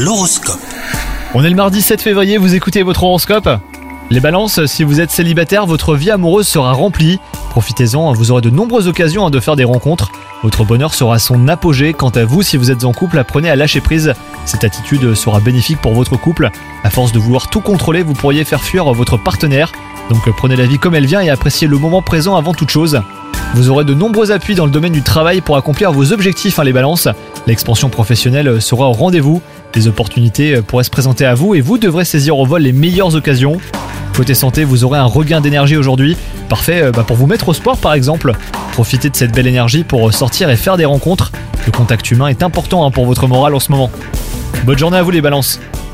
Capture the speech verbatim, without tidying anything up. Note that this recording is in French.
L'horoscope. On est le mardi sept février, vous écoutez votre horoscope. Les balances, si vous êtes célibataire, votre vie amoureuse sera remplie. Profitez-en, vous aurez de nombreuses occasions de faire des rencontres. Votre bonheur sera à son apogée. Quant à vous, si vous êtes en couple, apprenez à lâcher prise. Cette attitude sera bénéfique pour votre couple. À force de vouloir tout contrôler, vous pourriez faire fuir votre partenaire. Donc prenez la vie comme elle vient et appréciez le moment présent avant toute chose. Vous aurez de nombreux appuis dans le domaine du travail pour accomplir vos objectifs, hein, les balances. L'expansion professionnelle sera au rendez-vous. Des opportunités pourraient se présenter à vous et vous devrez saisir au vol les meilleures occasions. Côté santé, vous aurez un regain d'énergie aujourd'hui. Parfait bah, pour vous mettre au sport par exemple. Profitez de cette belle énergie pour sortir et faire des rencontres. Le contact humain est important hein, pour votre morale en ce moment. Bonne journée à vous les balances.